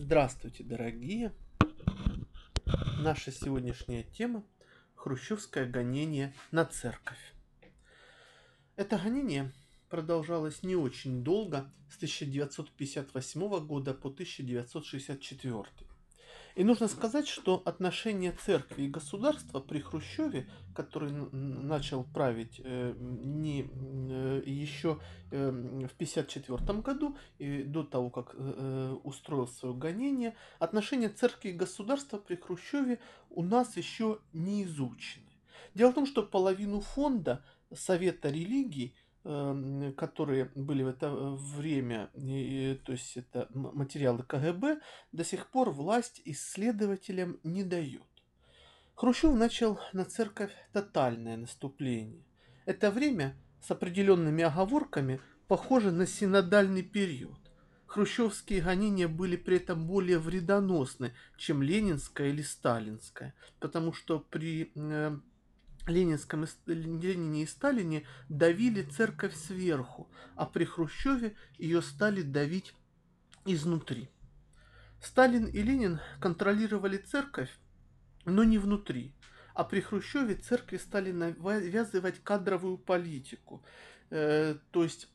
Здравствуйте, дорогие! Наша сегодняшняя тема — хрущевское гонение на церковь. Это гонение продолжалось не очень долго, с 1958 года по 1964. И нужно сказать, что отношения церкви и государства при Хрущеве, который начал править еще в 1954 году, и до того, как устроил свое гонение, отношения церкви и государства при Хрущеве у нас еще не изучены. Дело в том, что половину фонда Совета религий, которые были в это время, то есть это материалы КГБ, до сих пор власть исследователям не дает. Хрущев начал на церковь тотальное наступление. Это время с определенными оговорками похоже на синодальный период. Хрущевские гонения были при этом более вредоносны, чем ленинское или сталинское, потому что при Ленине и Сталине давили церковь сверху, а при Хрущеве ее стали давить изнутри. Сталин и Ленин контролировали церковь, но не внутри. А при Хрущеве церкви стали навязывать кадровую политику. То есть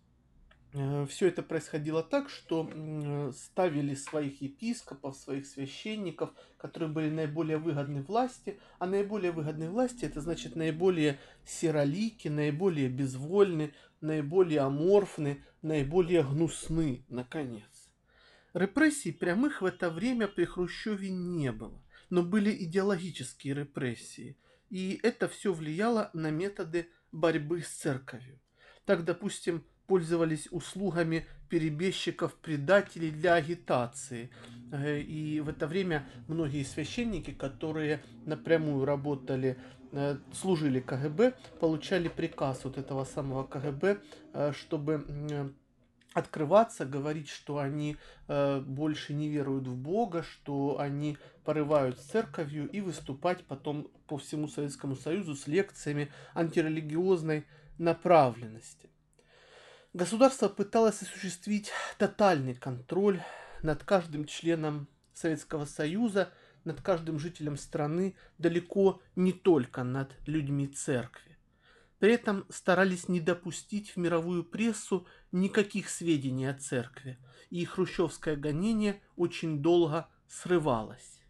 все это происходило так, что ставили своих епископов, своих священников, которые были наиболее выгодны власти, а наиболее выгодны власти — это значит наиболее серолики, наиболее безвольны, наиболее аморфны, наиболее гнусны, наконец. Репрессий прямых в это время при Хрущеве не было, но были идеологические репрессии, и это все влияло на методы борьбы с церковью. Так, допустим, пользовались услугами перебежчиков-предателей для агитации. И в это время многие священники, которые напрямую работали, служили КГБ, получали приказ от этого самого КГБ, чтобы открываться, говорить, что они больше не веруют в Бога, что они порывают с церковью, и выступать потом по всему Советскому Союзу с лекциями антирелигиозной направленности. Государство пыталось осуществить тотальный контроль над каждым членом Советского Союза, над каждым жителем страны, далеко не только над людьми церкви. При этом старались не допустить в мировую прессу никаких сведений о церкви, и хрущевское гонение очень долго срывалось.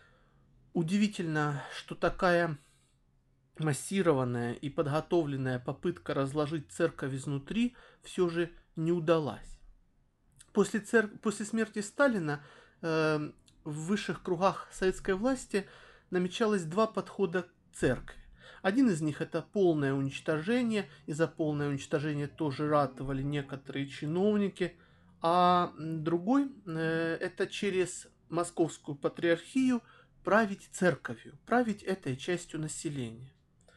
Удивительно, что такая массированная и подготовленная попытка разложить церковь изнутри все же не удалась. После смерти Сталина в высших кругах советской власти намечалось два подхода к церкви. Один из них — это полное уничтожение, и за полное уничтожение тоже ратовали некоторые чиновники, а другой это через Московскую патриархию править церковью, править этой частью населения.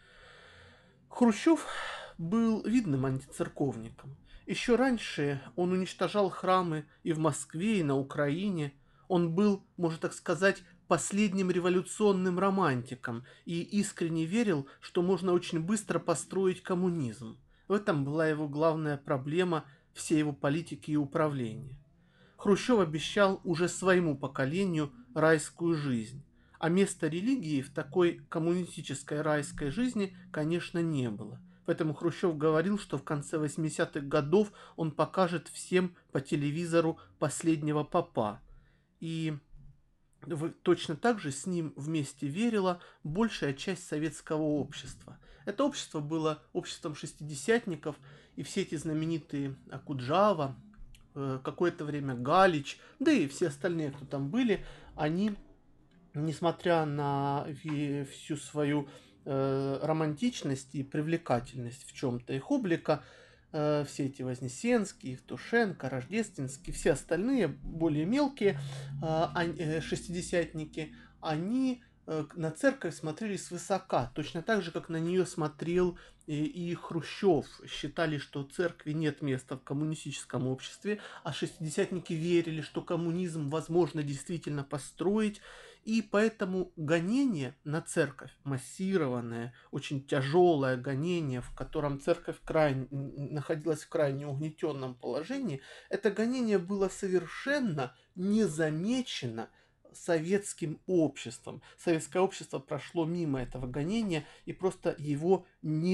Хрущев был видным антицерковником. Еще раньше он уничтожал храмы и в Москве, и на Украине. Он был, можно так сказать, последним революционным романтиком и искренне верил, что можно очень быстро построить коммунизм. В этом была его главная проблема всей его политики и управления. Хрущев обещал уже своему поколению райскую жизнь. А места религии в такой коммунистической райской жизни, конечно, не было. Поэтому Хрущев говорил, что в конце 80-х годов он покажет всем по телевизору последнего попа. И точно так же с ним вместе верила большая часть советского общества. Это общество было обществом шестидесятников, и все эти знаменитые Окуджава, какое-то время Галич, да и все остальные, кто там были, они, несмотря на всю свою романтичность и привлекательность в чем-то их облика, все эти Вознесенские, Евтушенко, Рождественские, все остальные более мелкие шестидесятники, они на церковь смотрели свысока, точно так же, как на нее смотрел и Хрущев. Считали, что церкви нет места в коммунистическом обществе, а шестидесятники верили, что коммунизм возможно действительно построить, и поэтому гонение на церковь, массированное, очень тяжелое гонение, в котором церковь находилась в крайне угнетенном положении, это гонение было совершенно незамечено советским обществом. Советское общество прошло мимо этого гонения и просто его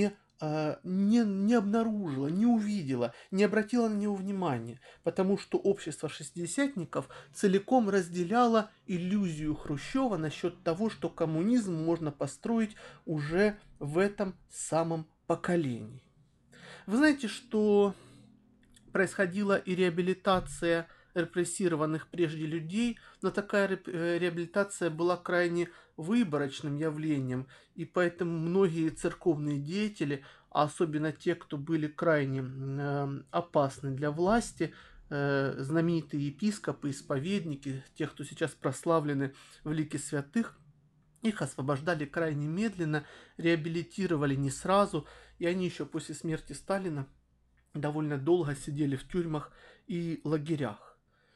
не обнаружило, не увидело, не обратило на него внимания, потому что общество шестидесятников целиком разделяло иллюзию Хрущева насчет того, что коммунизм можно построить уже в этом самом поколении. Вы знаете, что происходила и реабилитация репрессированных прежде людей, но такая реабилитация была крайне выборочным явлением, и поэтому многие церковные деятели, а особенно те, кто были крайне опасны для власти, знаменитые епископы, исповедники, те, кто сейчас прославлены в лике святых, их освобождали крайне медленно, реабилитировали не сразу, и они еще после смерти Сталина довольно долго сидели в тюрьмах и лагерях.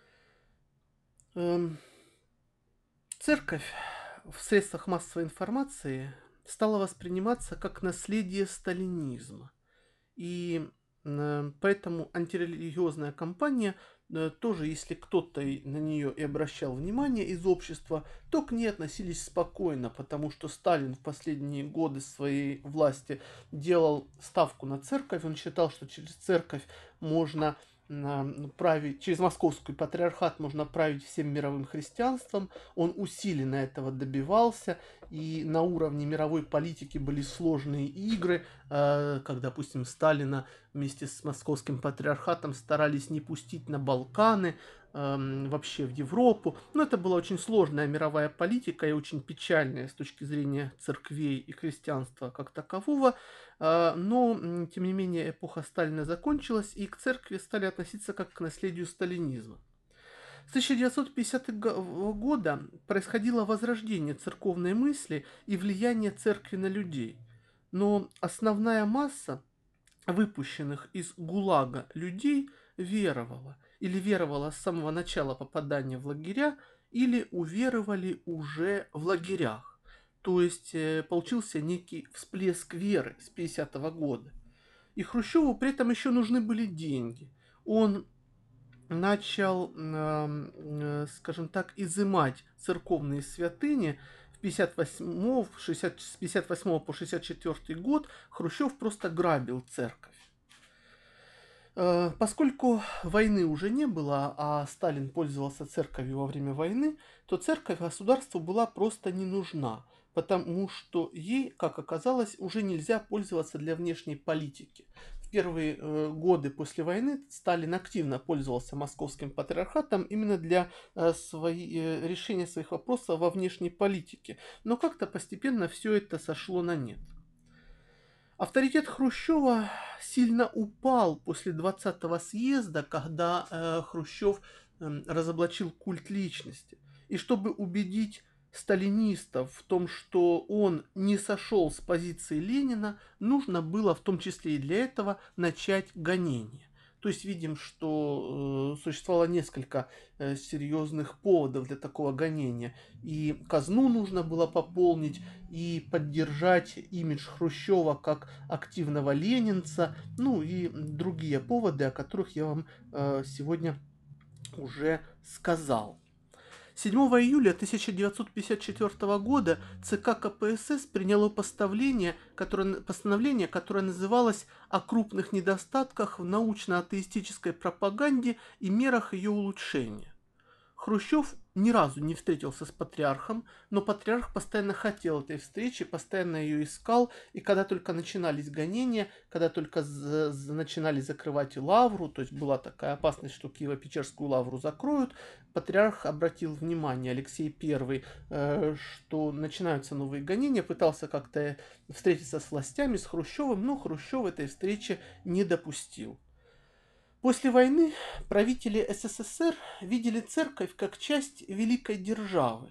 Церковь в средствах массовой информации стала восприниматься как наследие сталинизма. И поэтому антирелигиозная кампания тоже, если кто-то на нее и обращал внимание из общества, то к ней относились спокойно, потому что Сталин в последние годы своей власти делал ставку на церковь. Он считал, что через церковь можно править, через московский патриархат можно править всем мировым христианством. Он усиленно этого добивался, и на уровне мировой политики были сложные игры, как, допустим, Сталина вместе с московским патриархатом старались не пустить на Балканы, вообще в Европу. Но это была очень сложная мировая политика и очень печальная с точки зрения церквей и христианства как такового. Но, тем не менее, эпоха Сталина закончилась, и к церкви стали относиться как к наследию сталинизма. С 1950 года происходило возрождение церковной мысли и влияние церкви на людей. Но основная масса выпущенных из ГУЛАГа людей веровала. Или веровала с самого начала попадания в лагеря, или уверовали уже в лагерях. То есть получился некий всплеск веры с 50-го года. И Хрущеву при этом еще нужны были деньги. Он начал, скажем так, изымать церковные святыни. С 58 по 64 год Хрущев просто грабил церковь. Поскольку войны уже не было, а Сталин пользовался церковью во время войны, то церковь государству была просто не нужна, потому что ей, как оказалось, уже нельзя пользоваться для внешней политики. В первые годы после войны Сталин активно пользовался московским патриархатом именно для решения своих вопросов во внешней политике, но как-то постепенно все это сошло на нет. Авторитет Хрущева сильно упал после 20-го съезда, когда Хрущев разоблачил культ личности. И чтобы убедить сталинистов в том, что он не сошел с позиции Ленина, нужно было в том числе и для этого начать гонение. То есть видим, что существовало несколько серьезных поводов для такого гонения. И казну нужно было пополнить, и поддержать имидж Хрущева как активного ленинца, ну и другие поводы, о которых я вам сегодня уже сказал. 7 июля 1954 года ЦК КПСС приняло постановление, которое называлось «О крупных недостатках в научно-атеистической пропаганде и мерах ее улучшения». Хрущев ни разу не встретился с патриархом, но патриарх постоянно хотел этой встречи, постоянно ее искал, и когда только начинались гонения, когда только начинали закрывать лавру, то есть была такая опасность, что Киево-Печерскую лавру закроют, патриарх обратил внимание, Алексей I, что начинаются новые гонения, пытался как-то встретиться с властями, с Хрущевым, но Хрущев этой встречи не допустил. После войны правители СССР видели церковь как часть великой державы,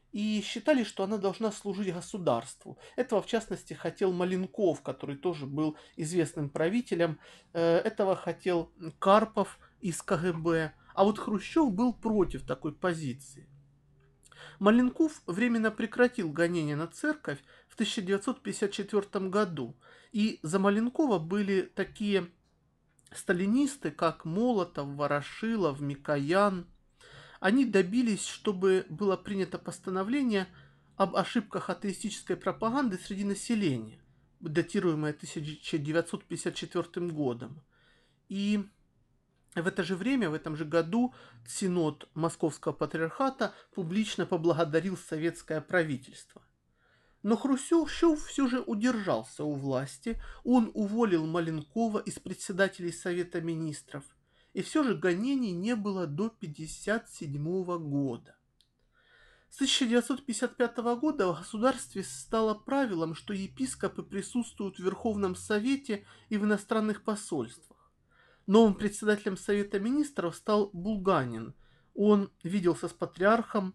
и считали, что она должна служить государству. Этого, в частности, хотел Маленков, который тоже был известным правителем. Этого хотел Карпов из КГБ. А вот Хрущев был против такой позиции. Маленков временно прекратил гонения на церковь в 1954 году. И за Маленкова были такие сталинисты, как Молотов, Ворошилов, Микоян. Они добились, чтобы было принято постановление об ошибках атеистической пропаганды среди населения, датируемое 1954 годом. И в это же время, в этом же году, Синод Московского Патриархата публично поблагодарил советское правительство. Но Хрущев все же удержался у власти, он уволил Маленкова из председателей Совета Министров, и все же гонений не было до 1957 года. С 1955 года в государстве стало правилом, что епископы присутствуют в Верховном Совете и в иностранных посольствах. Новым председателем Совета Министров стал Булганин. Он виделся с патриархом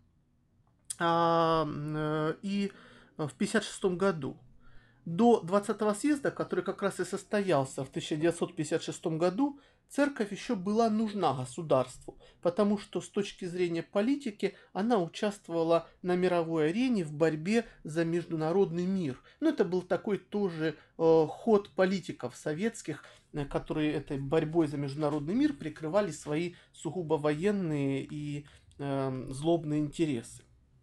и в 1956 году. До 20-го съезда, который как раз и состоялся в 1956 году, церковь еще была нужна государству, потому что с точки зрения политики она участвовала на мировой арене в борьбе за международный мир. Но это был такой тоже ход политиков советских, которые этой борьбой за международный мир прикрывали свои сугубо военные и злобные интересы.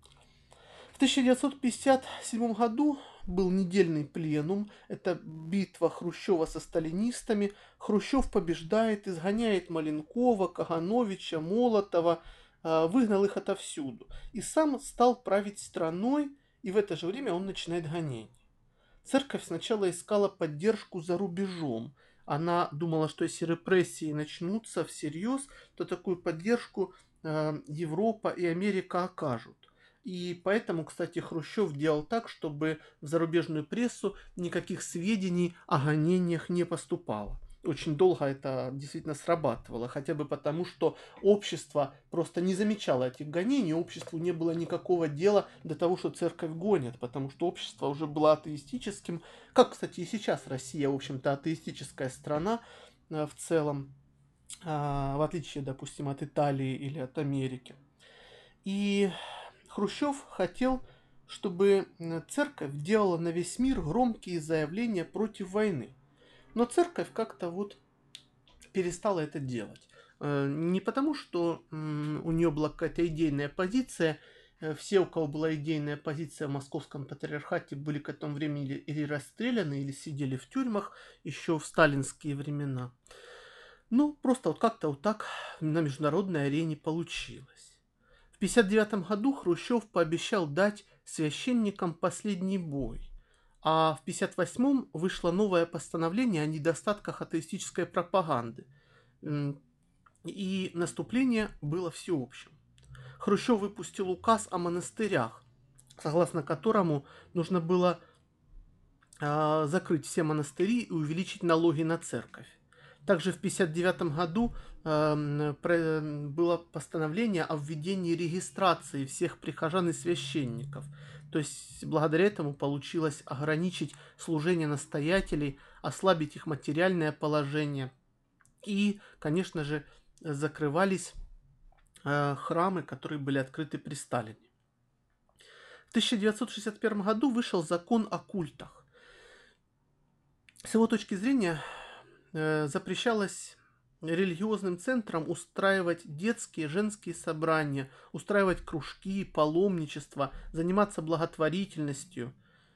В 1957 году был недельный пленум, это битва Хрущева со сталинистами. Хрущев побеждает, изгоняет Маленкова, Кагановича, Молотова, выгнал их отовсюду. И сам стал править страной, и в это же время он начинает гонение. Церковь сначала искала поддержку за рубежом. Она думала, что если репрессии начнутся всерьез, то такую поддержку Европа и Америка окажут. И поэтому, кстати, Хрущев делал так, чтобы в зарубежную прессу никаких сведений о гонениях не поступало. Очень долго это действительно срабатывало, хотя бы потому, что общество просто не замечало этих гонений, обществу не было никакого дела до того, что церковь гонят, потому что общество уже было атеистическим, как, кстати, и сейчас Россия, в общем-то, атеистическая страна в целом, в отличие, допустим, от Италии или от Америки. И Хрущев хотел, чтобы церковь делала на весь мир громкие заявления против войны. Но церковь как-то вот перестала это делать. Не потому, что у нее была какая-то идейная позиция. Все, у кого была идейная позиция в Московском Патриархате, были к этому времени или расстреляны, или сидели в тюрьмах еще в сталинские времена. Ну, просто вот как-то вот так на международной арене получилось. В 1959 году Хрущев пообещал дать священникам последний бой. А в 1958 вышло новое постановление о недостатках атеистической пропаганды. И наступление было всеобщим. Хрущев выпустил указ о монастырях, согласно которому нужно было закрыть все монастыри и увеличить налоги на церковь. Также в 1959 году было постановление о введении регистрации всех прихожан и священников. То есть благодаря этому получилось ограничить служение настоятелей, ослабить их материальное положение. И, конечно же, закрывались храмы, которые были открыты при Сталине. В 1961 году вышел закон о культах. С его точки зрения запрещалось религиозным центрам устраивать детские, женские собрания, устраивать кружки, паломничество, заниматься благотворительностью.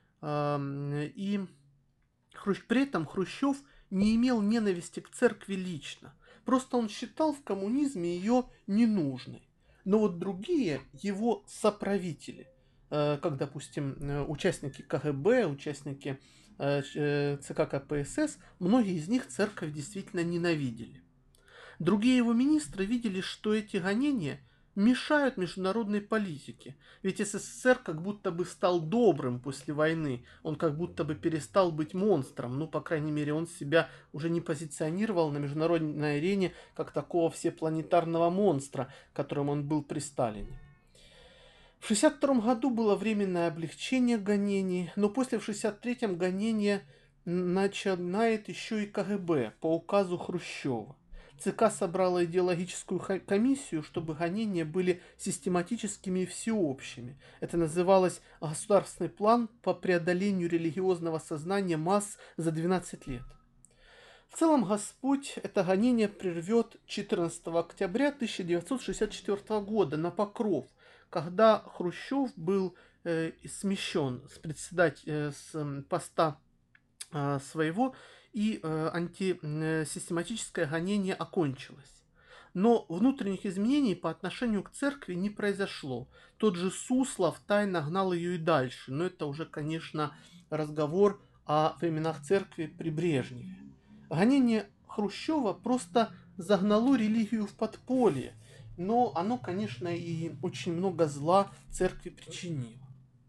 И при этом Хрущев не имел ненависти к церкви лично. Просто он считал в коммунизме ее ненужной. Но вот другие его соправители, как, допустим, участники КГБ, участники ЦК КПСС, многие из них церковь действительно ненавидели. Другие его министры видели, что эти гонения мешают международной политике. Ведь СССР как будто бы стал добрым после войны. Он как будто бы перестал быть монстром. Ну, по крайней мере, он себя уже не позиционировал на международной арене как такого всепланетарного монстра, которым он был при Сталине. В 1962 году было временное облегчение гонений, но после в 1963 гонения начинает еще и КГБ по указу Хрущева. ЦК собрала идеологическую комиссию, чтобы гонения были систематическими и всеобщими. Это называлось «Государственный план по преодолению религиозного сознания масс за 12 лет». В целом Господь это гонение прервет 14 октября 1964 года на Покров, когда Хрущев был смещен с поста своего, и антисистематическое гонение окончилось. Но внутренних изменений по отношению к церкви не произошло. Тот же Суслов тайно гнал ее и дальше, но это уже, конечно, разговор о временах церкви при Брежневе. Гонение Хрущева просто загнало религию в подполье, но оно, конечно, и очень много зла церкви причинило.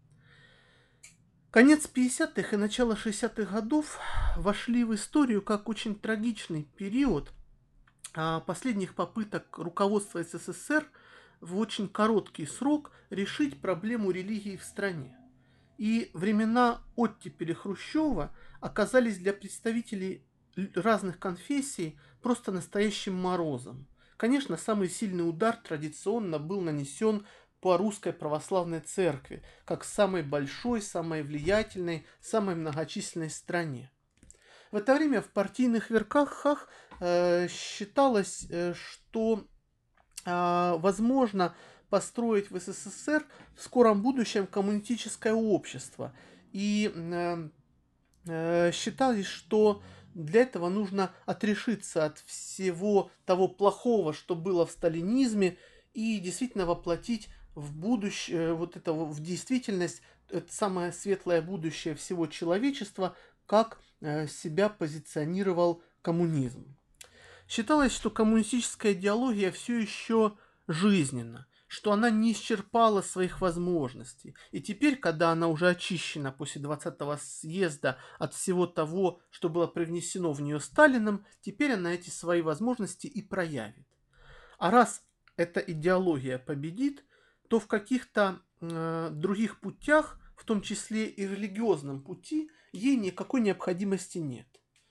Конец 50-х и начало 60-х годов вошли в историю как очень трагичный период последних попыток руководства СССР в очень короткий срок решить проблему религии в стране. И времена оттепели Хрущева оказались для представителей разных конфессий просто настоящим морозом. Конечно, самый сильный удар традиционно был нанесен по Русской Православной Церкви, как самой большой, самой влиятельной, самой многочисленной стране. В это время в партийных верхах считалось, что возможно построить в СССР в скором будущем коммунистическое общество. И считалось, что для этого нужно отрешиться от всего того плохого, что было в сталинизме, и действительно воплотить в будущее, в действительность, это самое светлое будущее всего человечества, как себя позиционировал коммунизм. Считалось, что коммунистическая идеология все еще жизненна, что она не исчерпала своих возможностей. И теперь, когда она уже очищена после 20-го съезда от всего того, что было привнесено в нее Сталином, теперь она эти свои возможности и проявит. А раз эта идеология победит, то в каких-то других путях, в том числе и религиозном пути, ей никакой необходимости нет.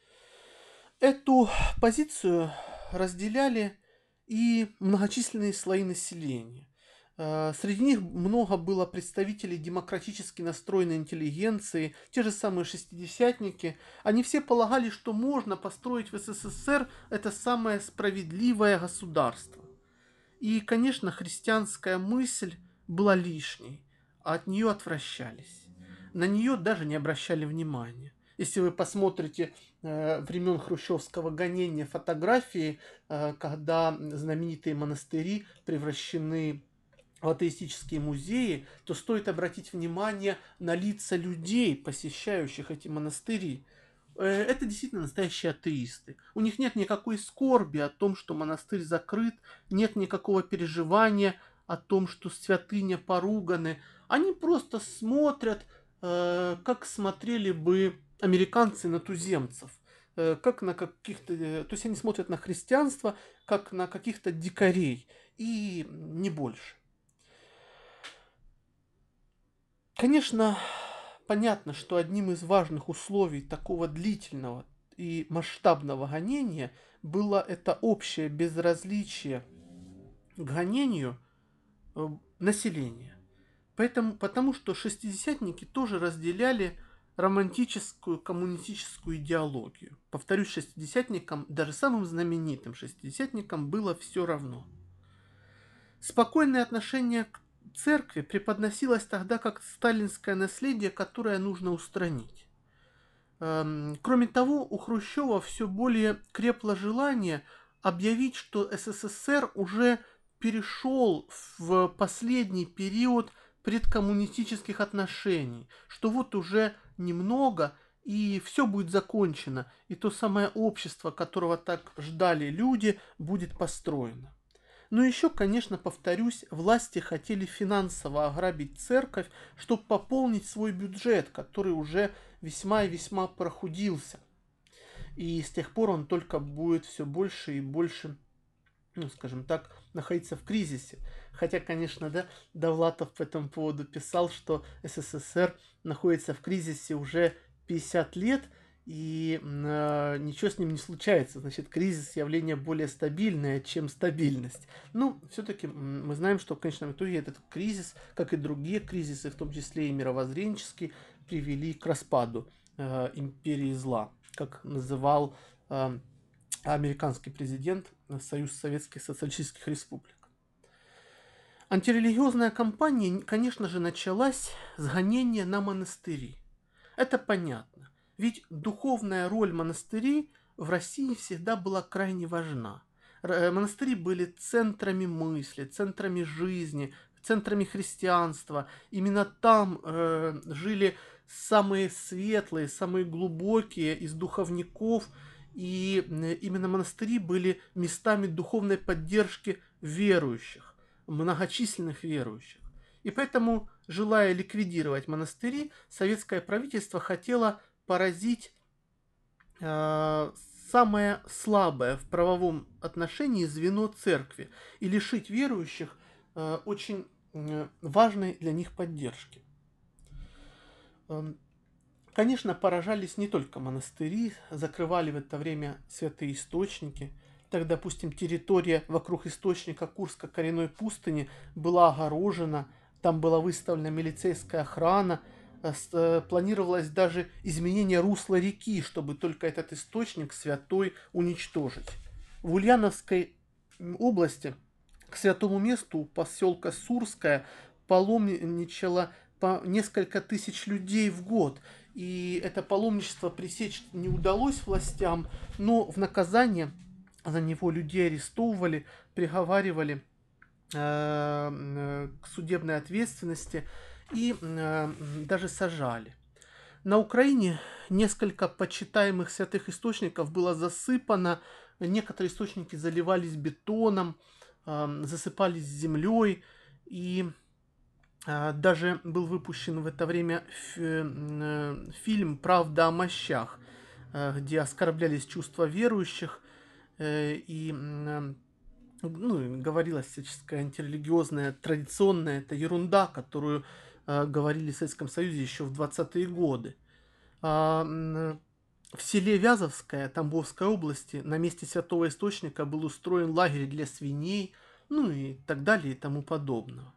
Эту позицию разделяли и многочисленные слои населения. Среди них много было представителей демократически настроенной интеллигенции, те же самые шестидесятники. Они все полагали, что можно построить в СССР это самое справедливое государство. И, конечно, христианская мысль была лишней, а от нее отвращались. На нее даже не обращали внимания. Если вы посмотрите времен хрущевского гонения фотографии, когда знаменитые монастыри превращены в атеистические музеи, то стоит обратить внимание на лица людей, посещающих эти монастыри. Это действительно настоящие атеисты. У них нет никакой скорби о том, что монастырь закрыт, нет никакого переживания о том, что святыня поруганы. Они просто смотрят, как смотрели бы американцы на туземцев, как на каких-то, то есть они смотрят на христианство, как на каких-то дикарей, и не больше. Конечно, понятно, что одним из важных условий такого длительного и масштабного гонения было это общее безразличие к гонению населения. Потому что шестидесятники тоже разделяли романтическую коммунистическую идеологию. Повторюсь, шестидесятникам, даже самым знаменитым шестидесятникам, было все равно. Спокойное отношение к церкви преподносилось тогда как сталинское наследие, которое нужно устранить. Кроме того, у Хрущева все более крепло желание объявить, что СССР уже перешел в последний период предкоммунистических отношений, что вот уже немного и все будет закончено, и то самое общество, которого так ждали люди, будет построено. Но еще, конечно, повторюсь, власти хотели финансово ограбить церковь, чтобы пополнить свой бюджет, который уже весьма и весьма прохудился. И с тех пор он только будет все больше и больше ну, скажем так, находиться в кризисе. Хотя, конечно, да, Довлатов по этому поводу писал, что СССР находится в кризисе уже 50 лет, и ничего с ним не случается. Значит, кризис явление более стабильное, чем стабильность. Ну, все-таки мы знаем, что в конечном итоге этот кризис, как и другие кризисы, в том числе и мировоззренческие, привели к распаду империи зла, как называл американский президент Союз Советских Социалистических Республик. Антирелигиозная кампания, конечно же, началась с гонения на монастыри. Это понятно, ведь духовная роль монастырей в России всегда была крайне важна. Монастыри были центрами мысли, центрами жизни, центрами христианства. Именно там жили самые светлые, самые глубокие из духовников, и именно монастыри были местами духовной поддержки верующих, многочисленных верующих. И поэтому, желая ликвидировать монастыри, советское правительство хотело поразить самое слабое в правовом отношении звено церкви и лишить верующих очень важной для них поддержки. Конечно, поражались не только монастыри, закрывали в это время святые источники. Так, допустим, территория вокруг источника Курско-Коренной пустыни была огорожена, там была выставлена милицейская охрана, планировалось даже изменение русла реки, чтобы только этот источник святой уничтожить. В Ульяновской области к святому месту поселка Сурская паломничало по несколько тысяч людей в год. И это паломничество пресечь не удалось властям, но в наказание за него людей арестовывали, приговаривали к судебной ответственности и даже сажали. На Украине несколько почитаемых святых источников было засыпано, некоторые источники заливались бетоном, засыпались землей, и даже был выпущен в это время фильм «Правда о мощах», где оскорблялись чувства верующих, и говорилось всяческая антирелигиозная, традиционная, это ерунда, которую говорили в Советском Союзе еще в 20-е годы. В селе Вязовское Тамбовской области на месте святого источника был устроен лагерь для свиней, ну и так далее и тому подобное.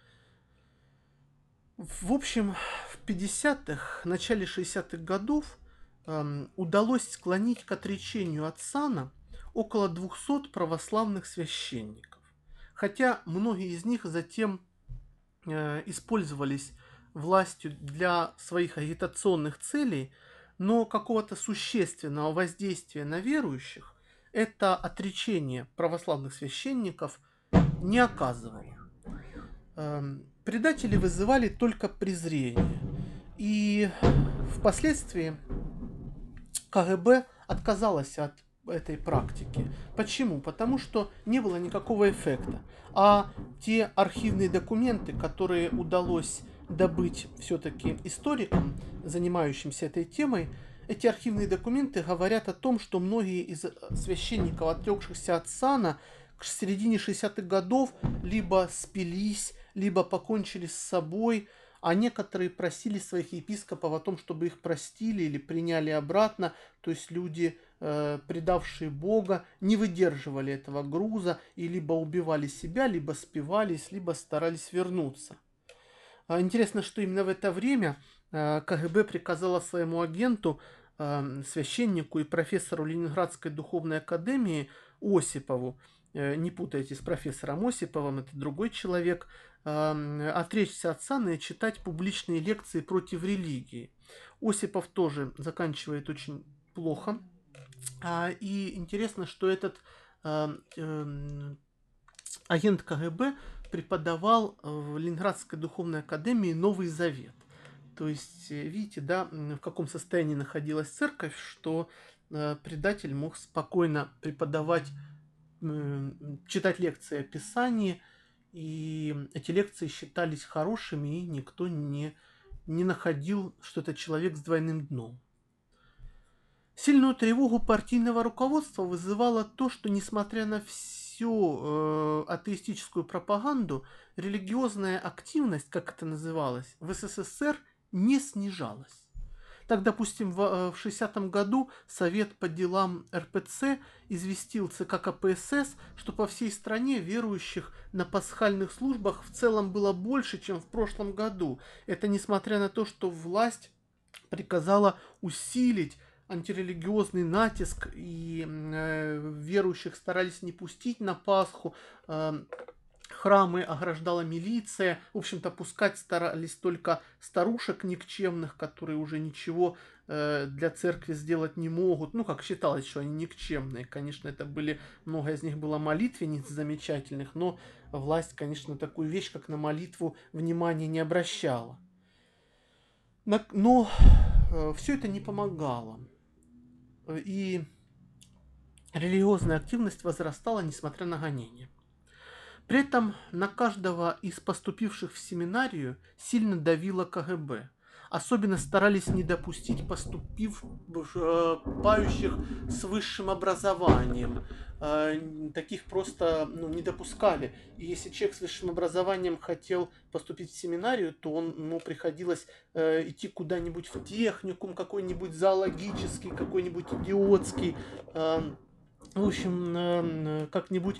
В общем, в 50-х, начале 60-х годов удалось склонить к отречению от сана около 200 православных священников. Хотя многие из них затем использовались властью для своих агитационных целей, но какого-то существенного воздействия на верующих это отречение православных священников не оказывало. Предатели вызывали только презрение. И впоследствии КГБ отказалась от этой практики. Почему? Потому что не было никакого эффекта. А те архивные документы, которые удалось добыть все-таки историкам, занимающимся этой темой, эти архивные документы говорят о том, что многие из священников, отрекшихся от сана, к середине 60-х годов либо спились, либо покончили с собой, а некоторые просили своих епископов о том, чтобы их простили или приняли обратно. То есть люди, предавшие Бога, не выдерживали этого груза и либо убивали себя, либо спивались, либо старались вернуться. Интересно, что именно в это время КГБ приказало своему агенту, священнику и профессору Ленинградской духовной академии Осипову, не путайте с профессором Осиповым, это другой человек, отречься от сана и читать публичные лекции против религии. Осипов тоже заканчивает очень плохо. И интересно, что этот агент КГБ преподавал в Ленинградской духовной академии Новый Завет. То есть, видите, да, в каком состоянии находилась церковь, что предатель мог спокойно преподавать, читать лекции о Писании, и эти лекции считались хорошими, и никто не находил, что это человек с двойным дном. Сильную тревогу партийного руководства вызывало то, что, несмотря на всю атеистическую пропаганду, религиозная активность, как это называлось, в СССР не снижалась. Так, допустим, в 60-м году Совет по делам РПЦ известил ЦК КПСС, что по всей стране верующих на пасхальных службах в целом было больше, чем в прошлом году. Это несмотря на то, что власть приказала усилить антирелигиозный натиск, и верующих старались не пустить на Пасху, храмы ограждала милиция. В общем-то, пускать старались только старушек никчемных, которые уже ничего для церкви сделать не могут. Ну, как считалось, что они никчемные. Конечно, это были, много из них было молитвенниц замечательных, но власть, конечно, такую вещь, как на молитву, внимания не обращала. Но все это не помогало. И религиозная активность возрастала, несмотря на гонения. При этом на каждого из поступивших в семинарию сильно давило КГБ. Особенно старались не допустить поступающих с высшим образованием. Таких просто не допускали. И если человек с высшим образованием хотел поступить в семинарию, то ему приходилось идти куда-нибудь в техникум, какой-нибудь зоологический, какой-нибудь идиотский. В общем, как-нибудь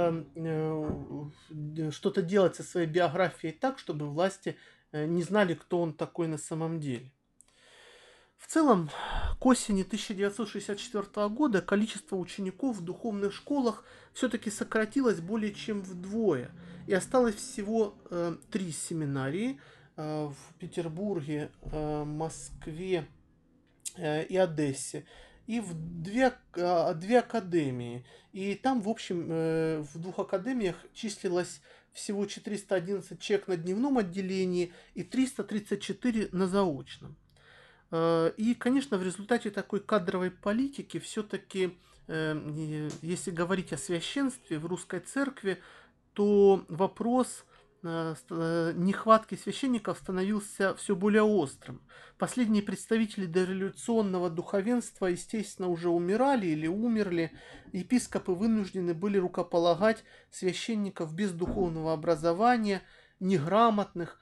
что-то делать со своей биографией так, чтобы власти не знали, кто он такой на самом деле. В целом, к осени 1964 года количество учеников в духовных школах все-таки сократилось более чем вдвое. И осталось всего 3 семинарии в Петербурге, Москве и Одессе. И в две академии. И там, в общем, в 2 академиях числилось всего 411 человек на дневном отделении и 334 на заочном. И, конечно, в результате такой кадровой политики все-таки, если говорить о священстве в русской церкви, то вопрос нехватки священников становился все более острым. Последние представители дореволюционного духовенства, естественно, уже умирали или умерли. Епископы вынуждены были рукополагать священников без духовного образования, неграмотных,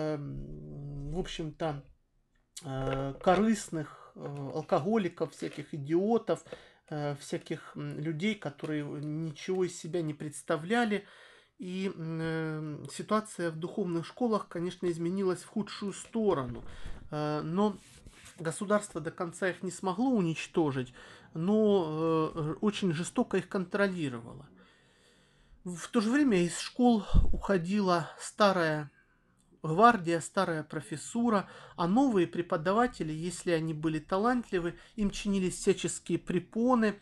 в общем-то, корыстных, алкоголиков, всяких идиотов, всяких людей, которые ничего из себя не представляли. И ситуация в духовных школах, конечно, изменилась в худшую сторону. Но государство до конца их не смогло уничтожить, но очень жестоко их контролировало. В то же время из школ уходила старая гвардия, старая профессура, а новые преподаватели, если они были талантливы, им чинились всяческие препоны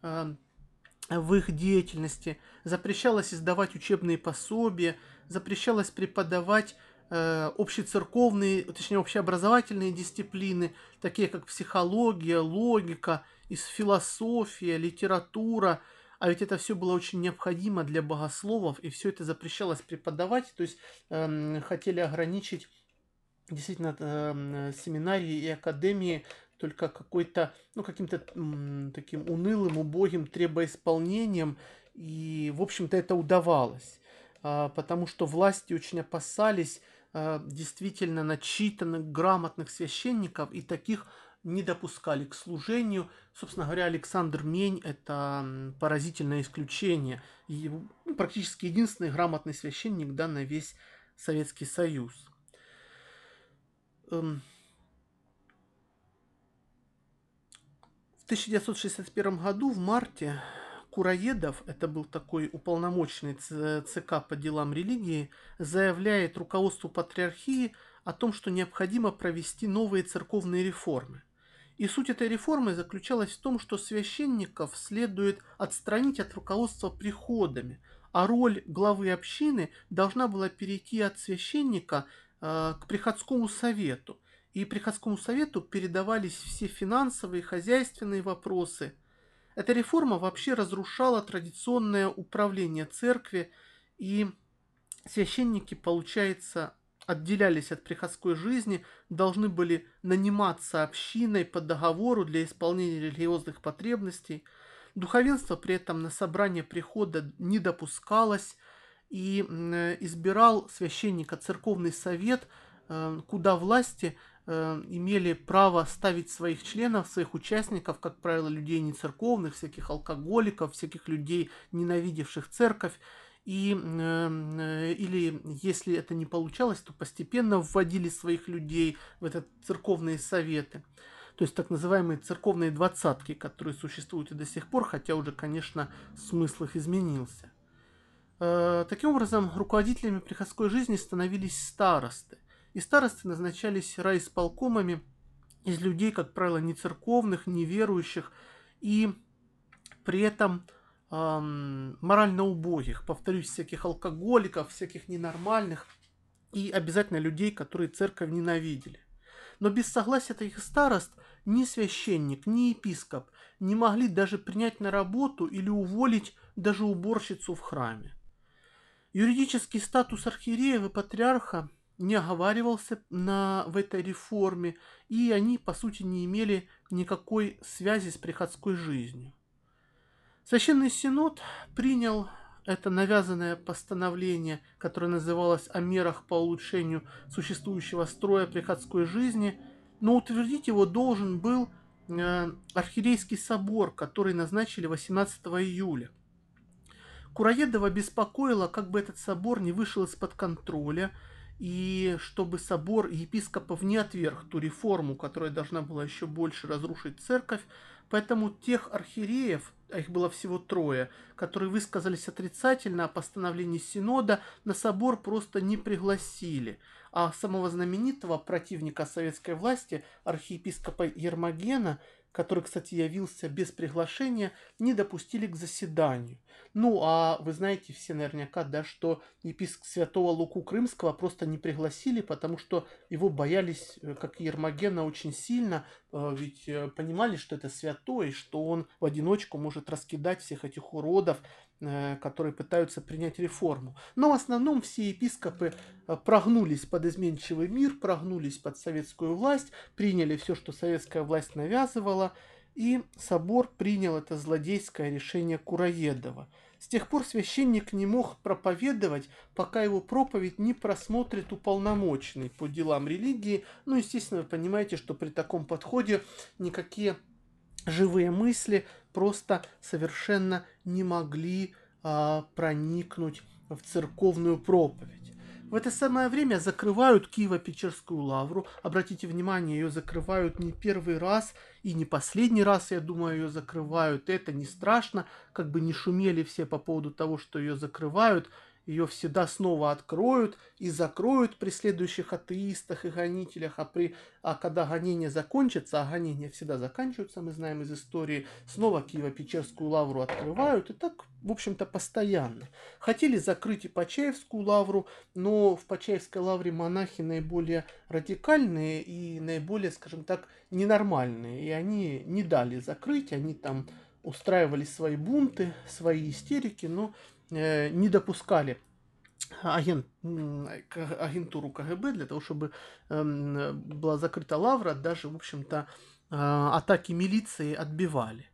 в их деятельности, запрещалось издавать учебные пособия, запрещалось преподавать общецерковные, точнее общеобразовательные дисциплины, такие как психология, логика, философия, литература. А ведь это все было очень необходимо для богословов, и все это запрещалось преподавать, то есть хотели ограничить действительно семинарии и академии только какой-то, каким-то таким унылым, убогим требоисполнением, и, в общем-то, это удавалось, потому что власти очень опасались действительно начитанных, грамотных священников, и таких не допускали к служению. Собственно говоря, Александр Мень – это поразительное исключение. И практически единственный грамотный священник, да, на весь Советский Союз. В 1961 году, в марте, Кураедов, это был такой уполномоченный ЦК по делам религии, заявляет руководству патриархии о том, что необходимо провести новые церковные реформы. И суть этой реформы заключалась в том, что священников следует отстранить от руководства приходами, а роль главы общины должна была перейти от священника к приходскому совету. И приходскому совету передавались все финансовые и хозяйственные вопросы. Эта реформа вообще разрушала традиционное управление церкви, и священники, получается, отделялись от приходской жизни, должны были наниматься общиной по договору для исполнения религиозных потребностей. Духовенство при этом на собрание прихода не допускалось, и избирал священника церковный совет, куда власти имели право ставить своих членов, своих участников, как правило, людей нецерковных, всяких алкоголиков, всяких людей, ненавидевших церковь. Или если это не получалось, то постепенно вводили своих людей в этот церковные советы. То есть так называемые церковные двадцатки, которые существуют и до сих пор, хотя уже, конечно, смысл их изменился. Таким образом, руководителями приходской жизни становились старосты. И старосты назначались райисполкомами из людей, как правило, не церковных, неверующих и при этом морально убогих, повторюсь, всяких алкоголиков, всяких ненормальных и обязательно людей, которые церковь ненавидели. Но без согласия таких старост ни священник, ни епископ не могли даже принять на работу или уволить даже уборщицу в храме. Юридический статус архиереев и патриарха не оговаривался в этой реформе, и они, по сути, не имели никакой связи с приходской жизнью. Священный Синод принял это навязанное постановление, которое называлось «О мерах по улучшению существующего строя приходской жизни», но утвердить его должен был архиерейский собор, который назначили 18 июля. Кураедова беспокоило, как бы этот собор не вышел из-под контроля, и чтобы собор епископов не отверг ту реформу, которая должна была еще больше разрушить церковь. Поэтому тех архиереев, а их было всего 3, которые высказались отрицательно о постановлении Синода, на собор просто не пригласили. А самого знаменитого противника советской власти, архиепископа Ермогена, который, кстати, явился без приглашения, не допустили к заседанию. Ну, а вы знаете все наверняка, да, что епископа святого Луку Крымского просто не пригласили, потому что его боялись, как и Ермогена, очень сильно, ведь понимали, что это святой, что он в одиночку может раскидать всех этих уродов, которые пытаются принять реформу. Но в основном все епископы прогнулись под изменчивый мир, прогнулись под советскую власть, приняли все, что советская власть навязывала, и собор принял это злодейское решение Кураедова. С тех пор священник не мог проповедовать, пока его проповедь не просмотрит уполномоченный по делам религии. Ну, естественно, вы понимаете, что при таком подходе никакие живые мысли просто совершенно не могли проникнуть в церковную проповедь. В это самое время закрывают Киево-Печерскую лавру. Обратите внимание, ее закрывают не первый раз и не последний раз, я думаю, ее закрывают. Это не страшно, как бы не шумели все по поводу того, что ее закрывают. Ее всегда снова откроют и закроют при следующих атеистах и гонителях. А когда гонения закончатся, а гонения всегда заканчиваются, мы знаем из истории, снова Киево-Печерскую лавру открывают. И так, в общем-то, постоянно. Хотели закрыть и Почаевскую лавру, но в Почаевской лавре монахи наиболее радикальные и наиболее, скажем так, ненормальные. И они не дали закрыть, они там устраивали свои бунты, свои истерики, но не допускали агентуру КГБ для того, чтобы была закрыта лавра, даже, в общем-то, атаки милиции отбивали.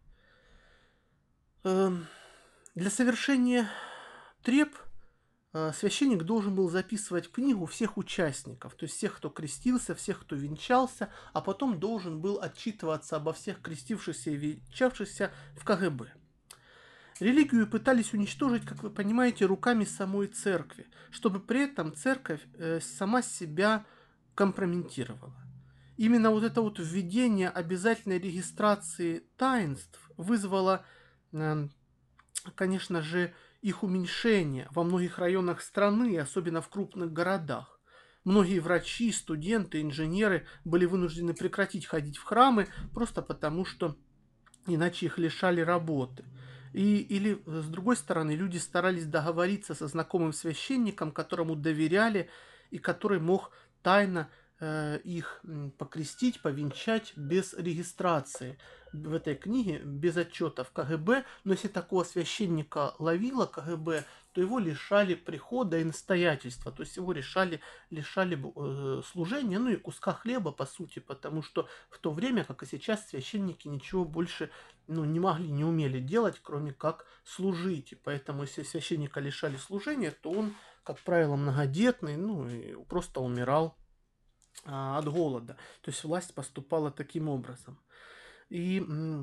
Для совершения треб священник должен был записывать в книгу всех участников, то есть всех, кто крестился, всех, кто венчался, а потом должен был отчитываться обо всех крестившихся и венчавшихся в КГБ. Религию пытались уничтожить, как вы понимаете, руками самой церкви, чтобы при этом церковь сама себя компрометировала. Именно вот это вот введение обязательной регистрации таинств вызвало, конечно же, их уменьшение во многих районах страны, особенно в крупных городах. Многие врачи, студенты, инженеры были вынуждены прекратить ходить в храмы, просто потому что иначе их лишали работы. Или, с другой стороны, люди старались договориться со знакомым священником, которому доверяли и который мог тайно их покрестить, повенчать без регистрации в этой книге, без отчета в КГБ. Но если такого священника ловила КГБ, то его лишали прихода и настоятельства, то есть его лишали служения, ну и куска хлеба, по сути, потому что в то время, как и сейчас, священники ничего больше не могли, не умели делать, кроме как служить. И поэтому, если священника лишали служения, то он, как правило, многодетный, ну и просто умирал от голода. То есть власть поступала таким образом. И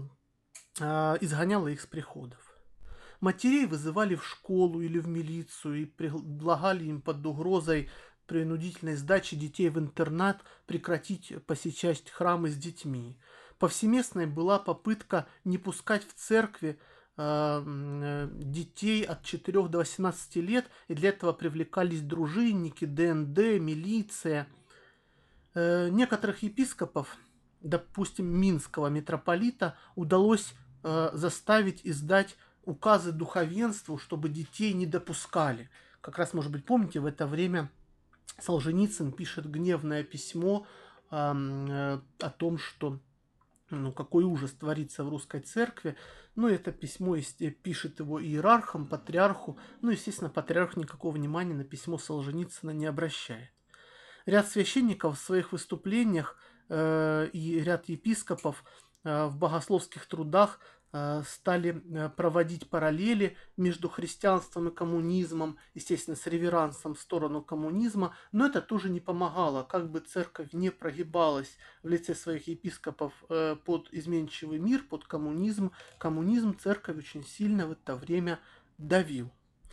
изгоняла их с приходов. Матерей вызывали в школу или в милицию и предлагали им под угрозой принудительной сдачи детей в интернат прекратить посещать храмы с детьми. Повсеместной была попытка не пускать в церкви детей от 4 до 18 лет, и для этого привлекались дружинники, ДНД, милиция. Некоторых епископов, допустим, минского митрополита, удалось заставить издать указы духовенству, чтобы детей не допускали. Как раз, может быть, помните, в это время Солженицын пишет гневное письмо о том, что какой ужас творится в русской церкви. Ну, это письмо пишет его иерархам, патриарху. Ну, естественно, патриарх никакого внимания на письмо Солженицына не обращает. Ряд священников в своих выступлениях и ряд епископов в богословских трудах стали проводить параллели между христианством и коммунизмом, естественно, с реверансом в сторону коммунизма, но это тоже не помогало, как бы церковь не прогибалась в лице своих епископов под изменчивый мир, под коммунизм. Коммунизм церковь очень сильно в это время давил.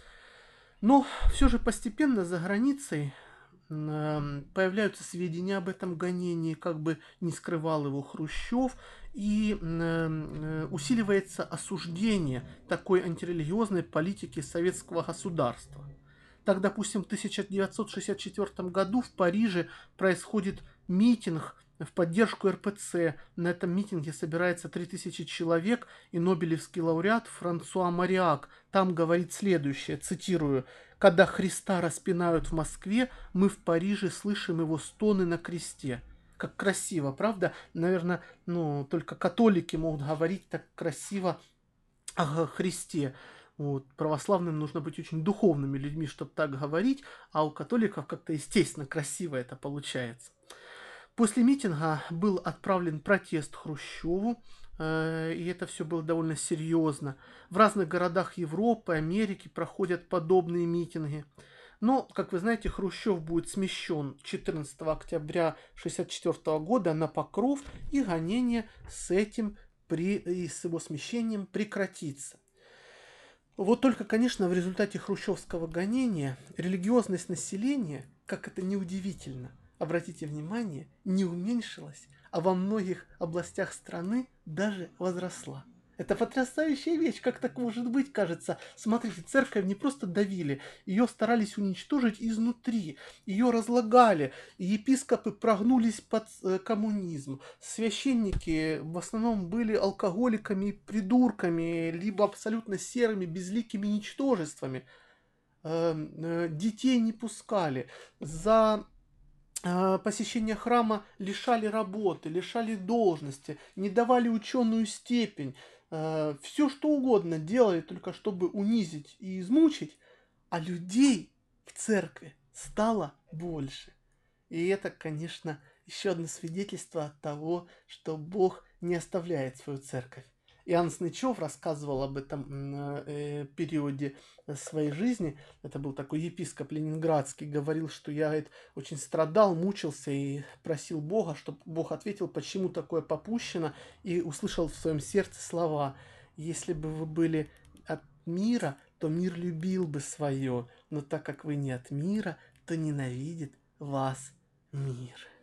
Но все же постепенно за границей появляются сведения об этом гонении, как бы не скрывал его Хрущев, и усиливается осуждение такой антирелигиозной политики советского государства. Так, допустим, в 1964 году в Париже происходит митинг в поддержку РПЦ. На этом митинге собирается 3000 человек, и нобелевский лауреат Франсуа Мариак там говорит следующее, цитирую: «Когда Христа распинают в Москве, мы в Париже слышим его стоны на кресте». Как красиво, правда? Наверное, только католики могут говорить так красиво о Христе. Вот. Православным нужно быть очень духовными людьми, чтобы так говорить, а у католиков как-то естественно красиво это получается. После митинга был отправлен протест Хрущеву, и это все было довольно серьезно. В разных городах Европы, Америки проходят подобные митинги. Но, как вы знаете, Хрущев будет смещен 14 октября 1964 года на Покров, и гонение с его смещением прекратится. Вот только, конечно, в результате хрущевского гонения религиозность населения, как это неудивительно, обратите внимание, не уменьшилась, а во многих областях страны даже возросла. Это потрясающая вещь, как так может быть, кажется. Смотрите, церковь не просто давили, ее старались уничтожить изнутри, ее разлагали, епископы прогнулись под коммунизм, священники в основном были алкоголиками и придурками, либо абсолютно серыми, безликими ничтожествами. Детей не пускали, за посещение храма лишали работы, лишали должности, не давали ученую степень, все что угодно делали, только чтобы унизить и измучить, а людей в церкви стало больше. И это, конечно, еще одно свидетельство того, что Бог не оставляет свою церковь. Иоанн Снычев рассказывал об этом периоде своей жизни. Это был такой епископ ленинградский. Говорил, что я очень страдал, мучился и просил Бога, чтобы Бог ответил, почему такое попущено. И услышал в своем сердце слова: «Если бы вы были от мира, то мир любил бы свое. Но так как вы не от мира, то ненавидит вас мир».